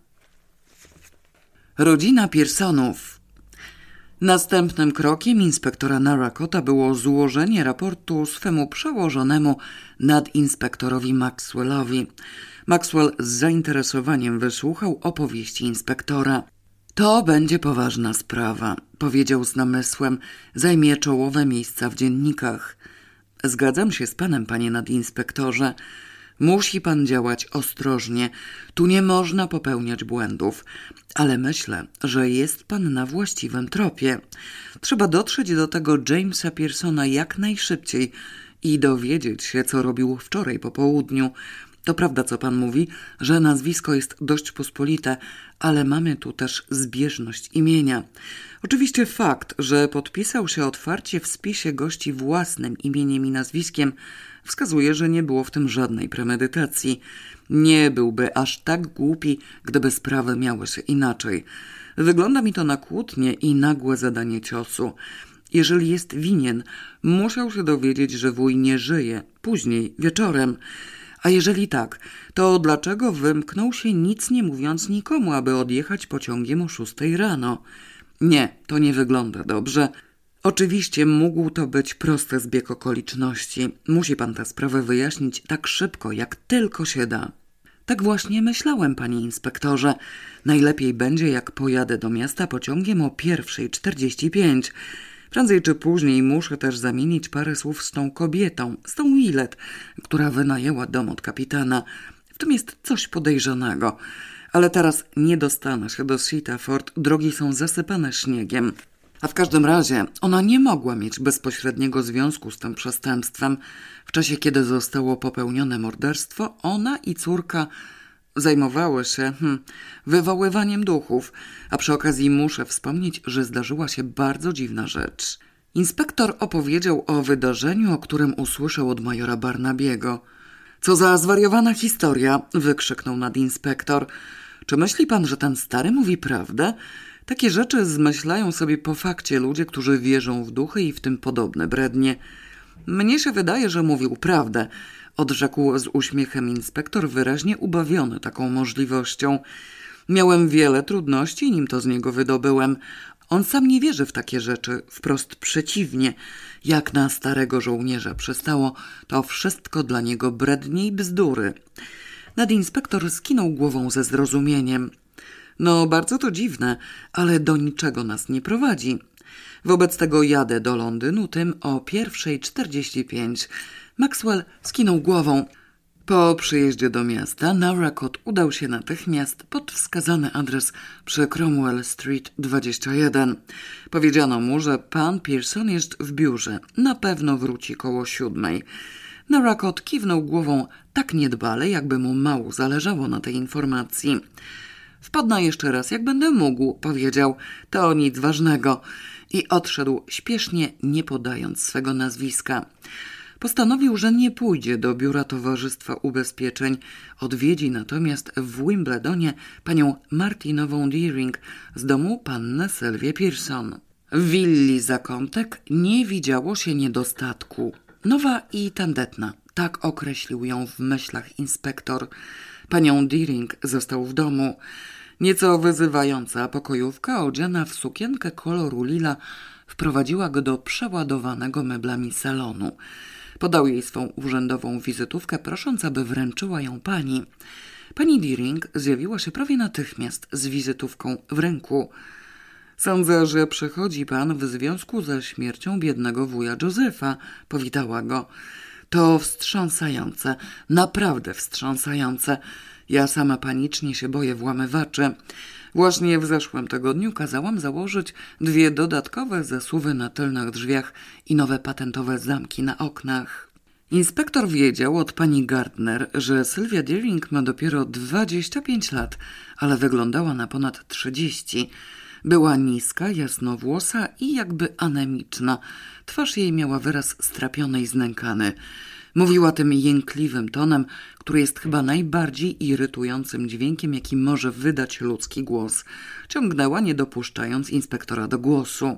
[SPEAKER 6] Rodzina Pearsonów. Następnym krokiem inspektora Narracotta było złożenie raportu swemu przełożonemu nadinspektorowi Maxwellowi. Maxwell z zainteresowaniem wysłuchał opowieści inspektora. To będzie poważna sprawa, powiedział z namysłem. Zajmie czołowe miejsca w dziennikach. Zgadzam się z panem, panie nadinspektorze. Musi pan działać ostrożnie. Tu nie można popełniać błędów. Ale myślę, że jest pan na właściwym tropie. Trzeba dotrzeć do tego Jamesa Pearsona jak najszybciej i dowiedzieć się, co robił wczoraj po południu. To prawda, co pan mówi, że nazwisko jest dość pospolite, ale mamy tu też zbieżność imienia. Oczywiście fakt, że podpisał się otwarcie w spisie gości własnym imieniem i nazwiskiem, wskazuje, że nie było w tym żadnej premedytacji. Nie byłby aż tak głupi, gdyby sprawy miały się inaczej. Wygląda mi to na kłótnię i nagłe zadanie ciosu. Jeżeli jest winien, musiał się dowiedzieć, że wuj nie żyje, później, wieczorem. A jeżeli tak, to dlaczego wymknął się nic nie mówiąc nikomu, aby odjechać pociągiem o 6 rano? Nie, to nie wygląda dobrze. Oczywiście mógł to być prosty zbieg okoliczności. Musi pan tę sprawę wyjaśnić tak szybko, jak tylko się da. Tak właśnie myślałem, panie inspektorze. Najlepiej będzie, jak pojadę do miasta pociągiem o 1:45. Prędzej czy później muszę też zamienić parę słów z tą kobietą, z tą Willett, która wynajęła dom od kapitana. W tym jest coś podejrzanego. Ale teraz nie dostanę się do Sitaford, drogi są zasypane śniegiem. A w każdym razie ona nie mogła mieć bezpośredniego związku z tym przestępstwem. W czasie, kiedy zostało popełnione morderstwo, ona i córka zajmowały się wywoływaniem duchów, a przy okazji muszę wspomnieć, że zdarzyła się bardzo dziwna rzecz. Inspektor opowiedział o wydarzeniu, o którym usłyszał od majora Barnabiego. Co za zwariowana historia, wykrzyknął nadinspektor. Czy myśli pan, że ten stary mówi prawdę? Takie rzeczy zmyślają sobie po fakcie ludzie, którzy wierzą w duchy i w tym podobne brednie. Mnie się wydaje, że mówił prawdę, odrzekł z uśmiechem inspektor, wyraźnie ubawiony taką możliwością. Miałem wiele trudności, nim to z niego wydobyłem. On sam nie wierzy w takie rzeczy, wprost przeciwnie. Jak na starego żołnierza przystało, to wszystko dla niego brednie i bzdury. Nadinspektor skinął głową ze zrozumieniem. No, bardzo to dziwne, ale do niczego nas nie prowadzi. Wobec tego jadę do Londynu tym o 1:45. Maxwell skinął głową. Po przyjeździe do miasta Narracott udał się natychmiast pod wskazany adres przy Cromwell Street 21. Powiedziano mu, że pan Pearson jest w biurze. Na pewno wróci koło 7. Narracott kiwnął głową tak niedbale, jakby mu mało zależało na tej informacji. Wpadnę jeszcze raz, jak będę mógł, powiedział. To nic ważnego. I odszedł śpiesznie, nie podając swego nazwiska. Postanowił, że nie pójdzie do biura Towarzystwa Ubezpieczeń. Odwiedzi natomiast w Wimbledonie panią Martinową Deering z domu pannę Sylwię Pearson. W willi Zakątek nie widziało się niedostatku. Nowa i tandetna, tak określił ją w myślach inspektor. Panią Deering został w domu. Nieco wyzywająca pokojówka, odziana w sukienkę koloru lila, wprowadziła go do przeładowanego meblami salonu. Podał jej swą urzędową wizytówkę, prosząc, aby wręczyła ją pani. Pani Deering zjawiła się prawie natychmiast z wizytówką w ręku. Sądzę, że przychodzi pan w związku ze śmiercią biednego wuja Josepha, powitała go. To wstrząsające, naprawdę wstrząsające. Ja sama panicznie się boję włamywaczy. Właśnie w zeszłym tygodniu kazałam założyć 2 dodatkowe zasuwy na tylnych drzwiach i nowe patentowe zamki na oknach. Inspektor wiedział od pani Gardner, że Sylwia Deering ma dopiero 25 lat, ale wyglądała na ponad 30. Była niska, jasnowłosa i jakby anemiczna. Twarz jej miała wyraz strapiony i znękany. Mówiła tym jękliwym tonem, który jest chyba najbardziej irytującym dźwiękiem, jaki może wydać ludzki głos. Ciągnęła, nie dopuszczając inspektora do głosu.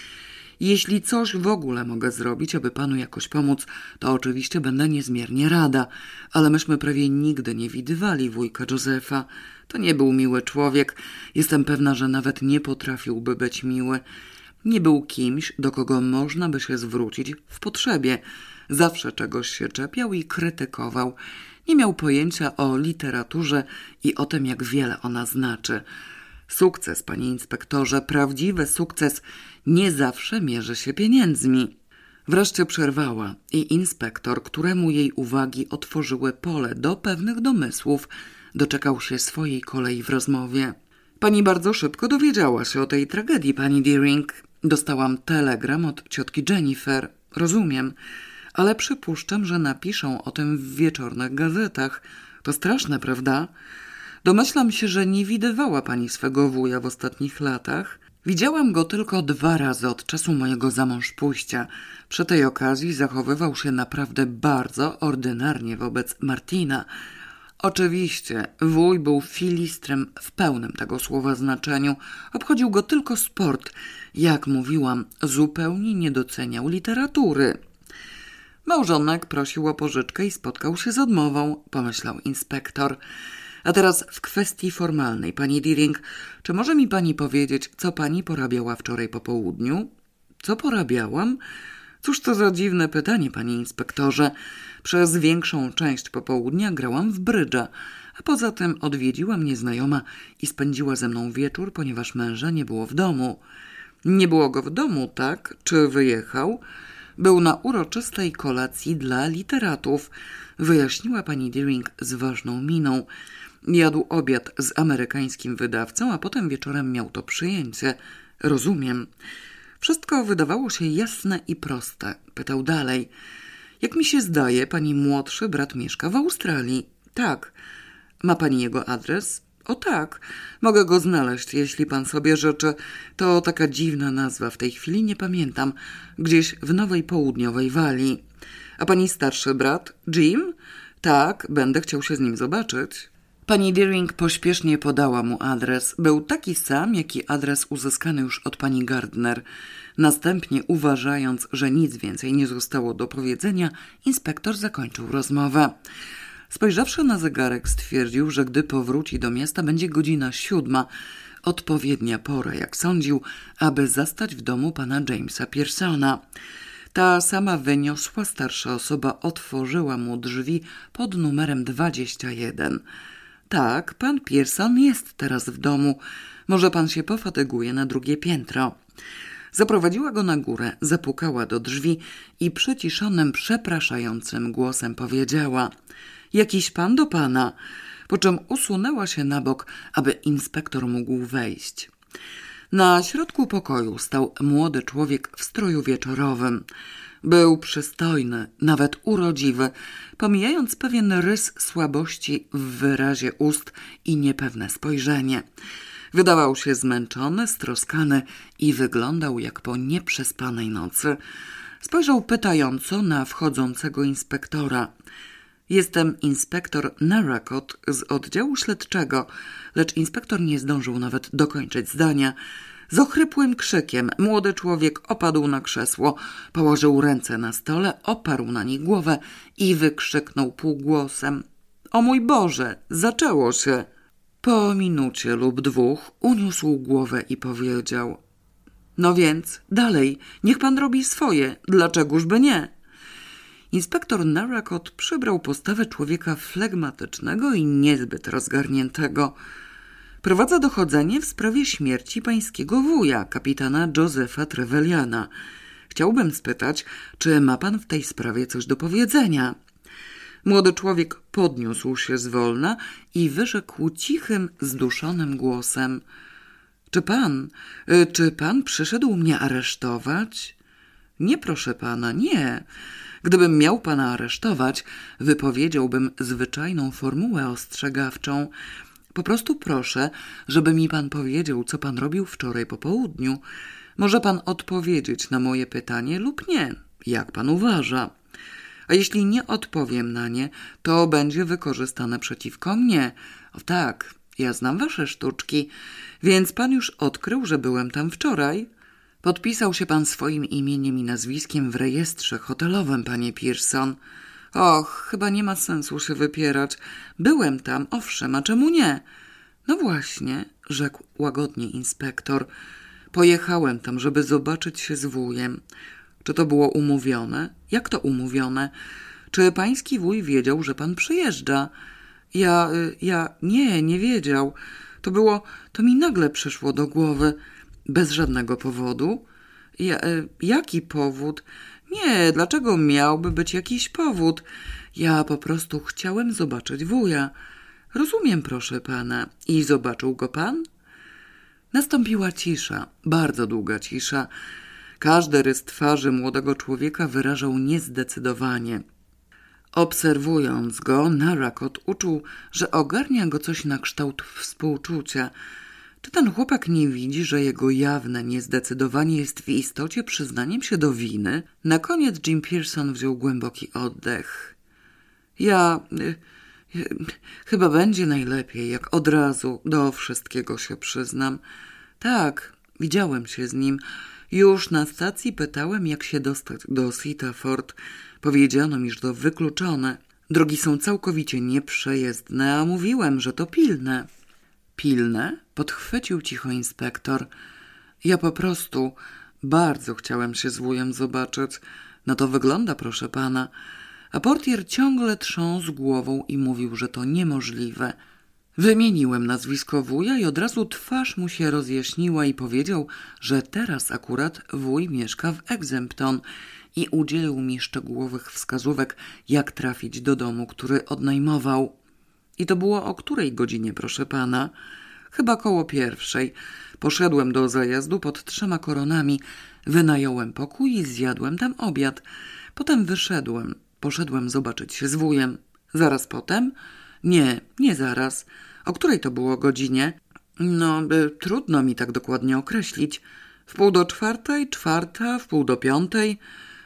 [SPEAKER 6] Jeśli coś w ogóle mogę zrobić, aby panu jakoś pomóc, to oczywiście będę niezmiernie rada, ale myśmy prawie nigdy nie widywali wujka Josepha. To nie był miły człowiek. Jestem pewna, że nawet nie potrafiłby być miły. Nie był kimś, do kogo można by się zwrócić w potrzebie. Zawsze czegoś się czepiał i krytykował. Nie miał pojęcia o literaturze i o tym, jak wiele ona znaczy. Sukces, panie inspektorze, prawdziwy sukces nie zawsze mierzy się pieniędzmi. Wreszcie przerwała i inspektor, któremu jej uwagi otworzyły pole do pewnych domysłów, doczekał się swojej kolei w rozmowie. Pani bardzo szybko dowiedziała się o tej tragedii, pani Deering. Dostałam telegram od ciotki Jennifer. Rozumiem. ale przypuszczam, że napiszą o tym w wieczornych gazetach. To straszne, prawda? Domyślam się, że nie widywała pani swego wuja w ostatnich latach. Widziałam go tylko 2 razy od czasu mojego zamążpójścia. Przy tej okazji zachowywał się naprawdę bardzo ordynarnie wobec Martina. Oczywiście wuj był filistrem w pełnym tego słowa znaczeniu. Obchodził go tylko sport. Jak mówiłam, zupełnie nie doceniał literatury. Małżonek prosił o pożyczkę i spotkał się z odmową, pomyślał inspektor. A teraz w kwestii formalnej, pani Deering, czy może mi pani powiedzieć, co pani porabiała wczoraj po południu? Co porabiałam? Cóż to za dziwne pytanie, panie inspektorze. Przez większą część popołudnia grałam w brydża, a poza tym odwiedziła mnie znajoma i spędziła ze mną wieczór, ponieważ męża nie było w domu. Nie było go w domu, tak? Czy wyjechał? Był na uroczystej kolacji dla literatów, wyjaśniła pani Deering z ważną miną. Jadł obiad z amerykańskim wydawcą, a potem wieczorem miał to przyjęcie. Rozumiem. Wszystko wydawało się jasne i proste. Pytał dalej. Jak mi się zdaje, pani młodszy brat mieszka w Australii. Tak. Ma pani jego adres? O tak. Mogę go znaleźć, jeśli pan sobie życzy. To taka dziwna nazwa, w tej chwili nie pamiętam. Gdzieś w Nowej Południowej Walii. A pani starszy brat? Jim? Tak, będę chciał się z nim zobaczyć. Pani Deering pośpiesznie podała mu adres. Był taki sam, jaki adres uzyskany już od pani Gardner. Następnie, uważając, że nic więcej nie zostało do powiedzenia, inspektor zakończył rozmowę. Spojrzawszy na zegarek, stwierdził, że gdy powróci do miasta, będzie godzina 7. Odpowiednia pora, jak sądził, aby zastać w domu pana Jamesa Pearsona. Ta sama wyniosła starsza osoba otworzyła mu drzwi pod numerem 21. Tak, pan Pearson jest teraz w domu. Może pan się pofatyguje na 2. piętro. Zaprowadziła go na górę, zapukała do drzwi i przyciszonym, przepraszającym głosem powiedziała: jakiś pan do pana, po czym usunęła się na bok, aby inspektor mógł wejść. Na środku pokoju stał młody człowiek w stroju wieczorowym. Był przystojny, nawet urodziwy, pomijając pewien rys słabości w wyrazie ust i niepewne spojrzenie. Wydawał się zmęczony, stroskany i wyglądał jak po nieprzespanej nocy. Spojrzał pytająco na wchodzącego inspektora. Jestem inspektor Narracott z oddziału śledczego, lecz inspektor nie zdążył nawet dokończyć zdania. Z ochrypłym krzykiem młody człowiek opadł na krzesło, położył ręce na stole, oparł na nich głowę i wykrzyknął półgłosem: o mój Boże, zaczęło się! Po minucie lub 2 uniósł głowę i powiedział: no więc, dalej, niech pan robi swoje, dlaczegoż by nie? Inspektor Narracott przybrał postawę człowieka flegmatycznego i niezbyt rozgarniętego. Prowadzę dochodzenie w sprawie śmierci pańskiego wuja, kapitana Josepha Trevelyan'a. Chciałbym spytać, czy ma pan w tej sprawie coś do powiedzenia? Młody człowiek podniósł się zwolna i wyrzekł cichym, zduszonym głosem: Czy pan przyszedł mnie aresztować? Nie, proszę pana, nie. Gdybym miał pana aresztować, wypowiedziałbym zwyczajną formułę ostrzegawczą. Po prostu proszę, żeby mi pan powiedział, co pan robił wczoraj po południu. Może pan odpowiedzieć na moje pytanie lub nie, jak pan uważa. A jeśli nie odpowiem na nie, to będzie wykorzystane przeciwko mnie. O tak, ja znam wasze sztuczki, więc pan już odkrył, że byłem tam wczoraj. Podpisał się pan swoim imieniem i nazwiskiem w rejestrze hotelowym, panie Pearson. Och, chyba nie ma sensu się wypierać. Byłem tam, owszem, a czemu nie? No właśnie, rzekł łagodnie inspektor. Pojechałem tam, żeby zobaczyć się z wujem. Czy to było umówione? Jak to umówione? Czy pański wuj wiedział, że pan przyjeżdża? Nie wiedział. To mi nagle przyszło do głowy. Bez żadnego powodu? Jaki powód? Nie, dlaczego miałby być jakiś powód? Ja po prostu chciałem zobaczyć wuja. Rozumiem, proszę pana. I zobaczył go pan? Nastąpiła cisza, bardzo długa cisza. Każdy rys twarzy młodego człowieka wyrażał niezdecydowanie. Obserwując go, Narracott uczuł, że ogarnia go coś na kształt współczucia. Czy ten chłopak nie widzi, że jego jawne niezdecydowanie jest w istocie przyznaniem się do winy? Na koniec Jim Pearson wziął głęboki oddech. Chyba będzie najlepiej, jak od razu do wszystkiego się przyznam. Tak, widziałem się z nim. Już na stacji pytałem, jak się dostać do Sitaford. Powiedziano mi, że to wykluczone. Drogi są całkowicie nieprzejezdne, a mówiłem, że to pilne. Pilne? Podchwycił cicho inspektor. Ja po prostu bardzo chciałem się z wujem zobaczyć. Na to wygląda, proszę pana. A portier ciągle trząsł głową i mówił, że to niemożliwe. Wymieniłem nazwisko wuja i od razu twarz mu się rozjaśniła i powiedział, że teraz akurat wuj mieszka w Exempton i udzielił mi szczegółowych wskazówek, jak trafić do domu, który odnajmował. I to było o której godzinie, proszę pana? Chyba koło 1:00. Poszedłem do zajazdu pod 3 koronami, wynająłem pokój i zjadłem tam obiad. Potem wyszedłem. Poszedłem zobaczyć się z wujem. Zaraz potem? Nie zaraz. O której to było godzinie? Trudno mi tak dokładnie określić. 3:45, 4:00, 4:45.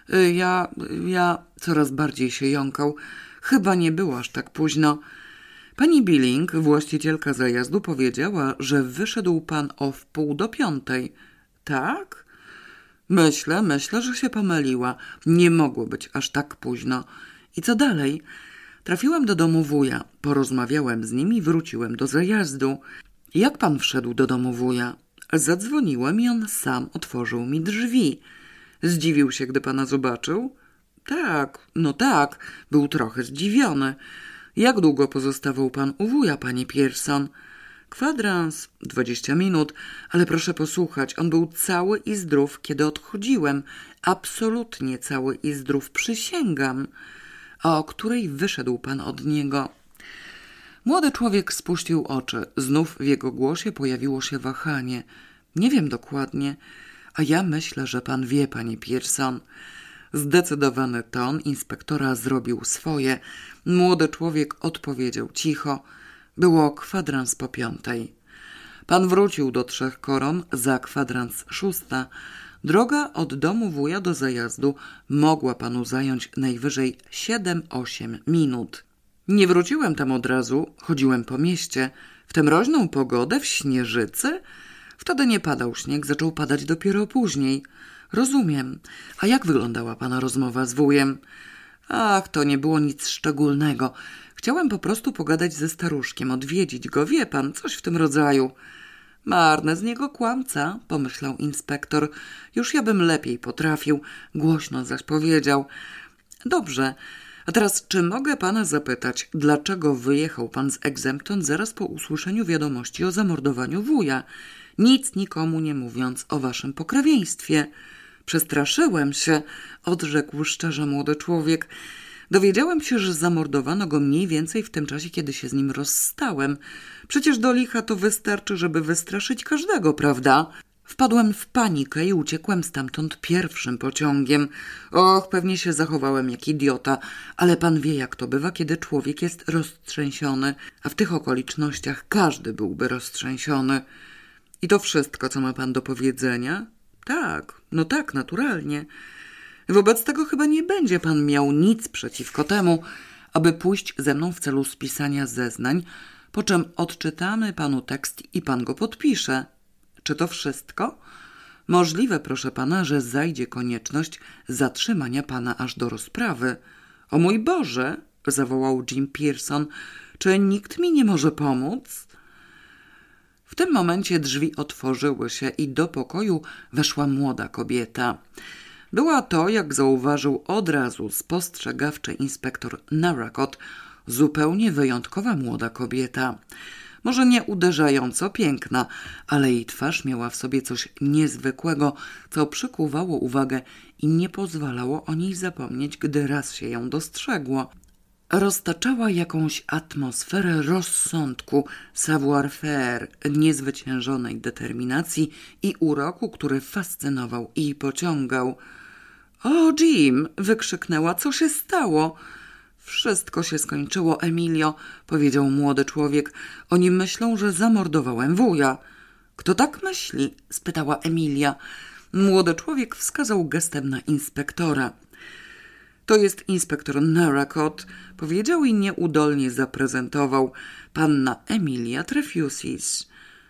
[SPEAKER 6] Ja coraz bardziej się jąkał. Chyba nie było aż tak późno. Pani Billing, właścicielka zajazdu, powiedziała, że wyszedł pan o 4:45. Tak? Myślę, że się pomyliła. Nie mogło być aż tak późno. I co dalej? Trafiłem do domu wuja, porozmawiałem z nim i wróciłem do zajazdu. Jak pan wszedł do domu wuja? Zadzwoniłem i on sam otworzył mi drzwi. Zdziwił się, gdy pana zobaczył? Tak, był trochę zdziwiony. Jak długo pozostawał pan u wuja, panie Pearson? Kwadrans, 20 minut, ale proszę posłuchać, on był cały i zdrów, kiedy odchodziłem. Absolutnie cały i zdrów, przysięgam. A o której wyszedł pan od niego? Młody człowiek spuścił oczy. Znów w jego głosie pojawiło się wahanie. Nie wiem dokładnie, a ja myślę, że pan wie, panie Pearson. Zdecydowany ton inspektora zrobił swoje. Młody człowiek odpowiedział cicho. Było kwadrans po 5:00. Pan wrócił do 3 koron za kwadrans 6:00. Droga od domu wuja do zajazdu mogła panu zająć najwyżej 7-8 minut. Nie wróciłem tam od razu, chodziłem po mieście. W tę mroźną pogodę, w śnieżycy? Wtedy nie padał śnieg, zaczął padać dopiero później. Rozumiem. A jak wyglądała pana rozmowa z wujem? Ach, to nie było nic szczególnego. Chciałem po prostu pogadać ze staruszkiem, odwiedzić go, wie pan, coś w tym rodzaju. Marny z niego kłamca, pomyślał inspektor. Już ja bym lepiej potrafił. Głośno zaś powiedział. Dobrze, a teraz czy mogę pana zapytać, dlaczego wyjechał pan z Exempton zaraz po usłyszeniu wiadomości o zamordowaniu wuja, nic nikomu nie mówiąc o waszym pokrewieństwie? Przestraszyłem się, odrzekł szczerze młody człowiek. Dowiedziałem się, że zamordowano go mniej więcej w tym czasie, kiedy się z nim rozstałem. Przecież do licha to wystarczy, żeby wystraszyć każdego, prawda? Wpadłem w panikę i uciekłem stamtąd pierwszym pociągiem. Och, pewnie się zachowałem jak idiota, ale pan wie, jak to bywa, kiedy człowiek jest roztrzęsiony, a w tych okolicznościach każdy byłby roztrzęsiony. I to wszystko, co ma pan do powiedzenia? Tak, naturalnie. Wobec tego chyba nie będzie pan miał nic przeciwko temu, aby pójść ze mną w celu spisania zeznań, po czym odczytamy panu tekst i pan go podpisze. Czy to wszystko? Możliwe, proszę pana, że zajdzie konieczność zatrzymania pana aż do rozprawy. O mój Boże, zawołał Jim Pearson, czy nikt mi nie może pomóc? W tym momencie drzwi otworzyły się i do pokoju weszła młoda kobieta. Była to, jak zauważył od razu spostrzegawczy inspektor Narracott, zupełnie wyjątkowa młoda kobieta. Może nie uderzająco piękna, ale jej twarz miała w sobie coś niezwykłego, co przykuwało uwagę i nie pozwalało o niej zapomnieć, gdy raz się ją dostrzegło. roztaczała jakąś atmosferę rozsądku, savoir-faire, niezwyciężonej determinacji i uroku, który fascynował i pociągał. O, Jim! Wykrzyknęła. Co się stało? Wszystko się skończyło, Emilio, powiedział młody człowiek. Oni myślą, że zamordowałem wuja. Kto tak myśli? Spytała Emilia. Młody człowiek wskazał gestem na inspektora. To jest inspektor Narracott, powiedział i nieudolnie zaprezentował. Panna Emilia Trefusis.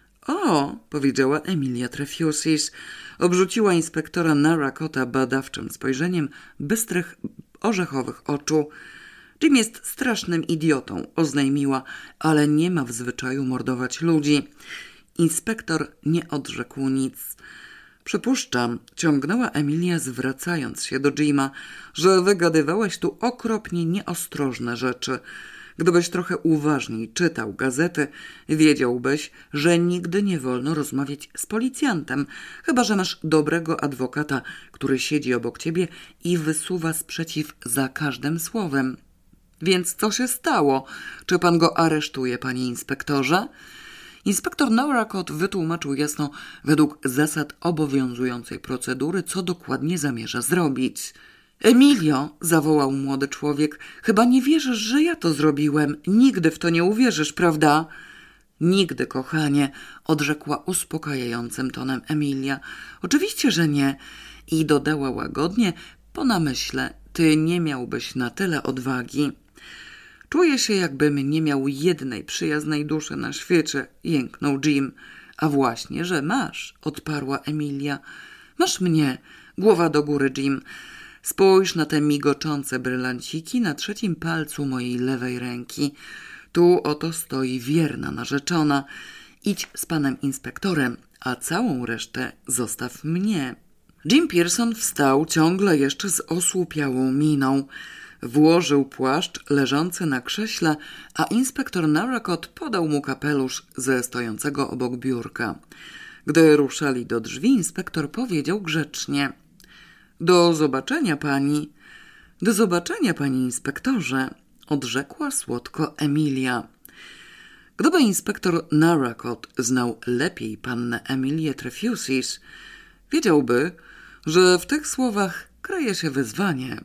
[SPEAKER 6] O, powiedziała Emilia Trefusis. Obrzuciła inspektora Narracotta badawczym spojrzeniem bystrych, orzechowych oczu. Jim jest strasznym idiotą, oznajmiła, ale nie ma w zwyczaju mordować ludzi. Inspektor nie odrzekł nic. Przypuszczam, ciągnęła Emilia, zwracając się do Jima, że wygadywałeś tu okropnie nieostrożne rzeczy. Gdybyś trochę uważniej czytał gazety, wiedziałbyś, że nigdy nie wolno rozmawiać z policjantem, chyba że masz dobrego adwokata, który siedzi obok ciebie i wysuwa sprzeciw za każdym słowem. Więc co się stało? Czy pan go aresztuje, panie inspektorze? Inspektor Narracott wytłumaczył jasno, według zasad obowiązującej procedury, co dokładnie zamierza zrobić. Emilio, zawołał młody człowiek, chyba nie wierzysz, że ja to zrobiłem. Nigdy w to nie uwierzysz, prawda? Nigdy, kochanie, odrzekła uspokajającym tonem Emilia. Oczywiście, że nie. I dodała łagodnie, po namyśle, ty nie miałbyś na tyle odwagi. Czuję się, jakbym nie miał jednej przyjaznej duszy na świecie, jęknął Jim. A właśnie, że masz, odparła Emilia. Masz mnie. Głowa do góry, Jim. Spójrz na te migoczące brylanciki na trzecim palcu mojej lewej ręki. Tu oto stoi wierna narzeczona. Idź z panem inspektorem, a całą resztę zostaw mnie. Jim Pearson wstał ciągle jeszcze z osłupiałą miną. Włożył płaszcz leżący na krześle, a inspektor Narracott podał mu kapelusz ze stojącego obok biurka. Gdy ruszali do drzwi, inspektor powiedział grzecznie: do zobaczenia, pani. Do zobaczenia, panie inspektorze, odrzekła słodko Emilia. Gdyby inspektor Narracott znał lepiej pannę Emilię Trefusis, wiedziałby, że w tych słowach kryje się wyzwanie.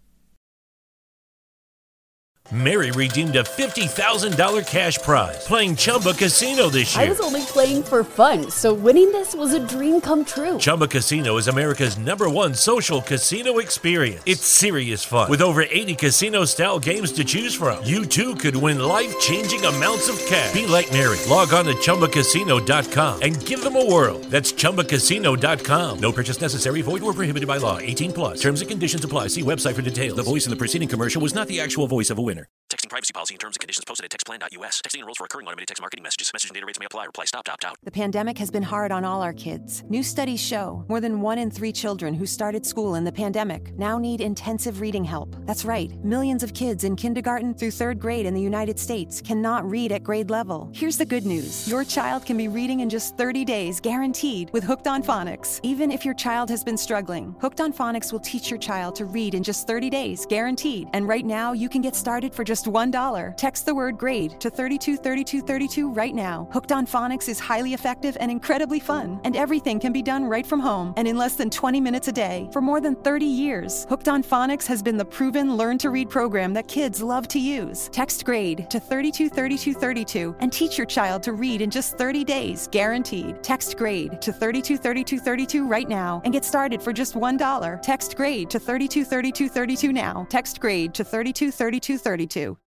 [SPEAKER 1] Mary redeemed a $50,000 cash prize playing Chumba Casino this year.
[SPEAKER 2] I was only playing for fun, so winning this was a dream come true.
[SPEAKER 1] Chumba Casino is America's #1 social casino experience. It's serious fun. With over 80 casino-style games to choose from, you too could win life-changing amounts of cash. Be like Mary. Log on to ChumbaCasino.com and give them a whirl. That's ChumbaCasino.com. No purchase necessary. Void or prohibited by law. 18+. Terms and conditions apply. See website for details. The voice in the preceding commercial was not the actual voice of a winner.
[SPEAKER 7] Texting privacy policy and terms and conditions posted at textplan.us. Texting enrolls for recurring automated text marketing messages. Message and data rates may apply. Reply stop to opt out.
[SPEAKER 8] The pandemic has been hard on all our kids. New studies show more than 1 in 3 children who started school in the pandemic now need intensive reading help. That's right. Millions of kids in kindergarten through 3rd grade in the United States cannot read at grade level. Here's the good news. Your child can be reading in just 30 days, guaranteed, with Hooked on Phonics. Even if your child has been struggling, Hooked on Phonics will teach your child to read in just 30 days, guaranteed. And right now, you can get started for just $1. Text the word GRADE to 323232 right now. Hooked on Phonics is highly effective and incredibly fun, and everything can be done right from home and in less than 20 minutes a day. For more than 30 years, Hooked on Phonics has been the proven learn-to-read program that kids love to use. Text GRADE to 323232 and teach your child to read in just 30 days, guaranteed. Text GRADE to 323232 right now and get started for just $1. Text GRADE to 323232 now. Text GRADE to 323232.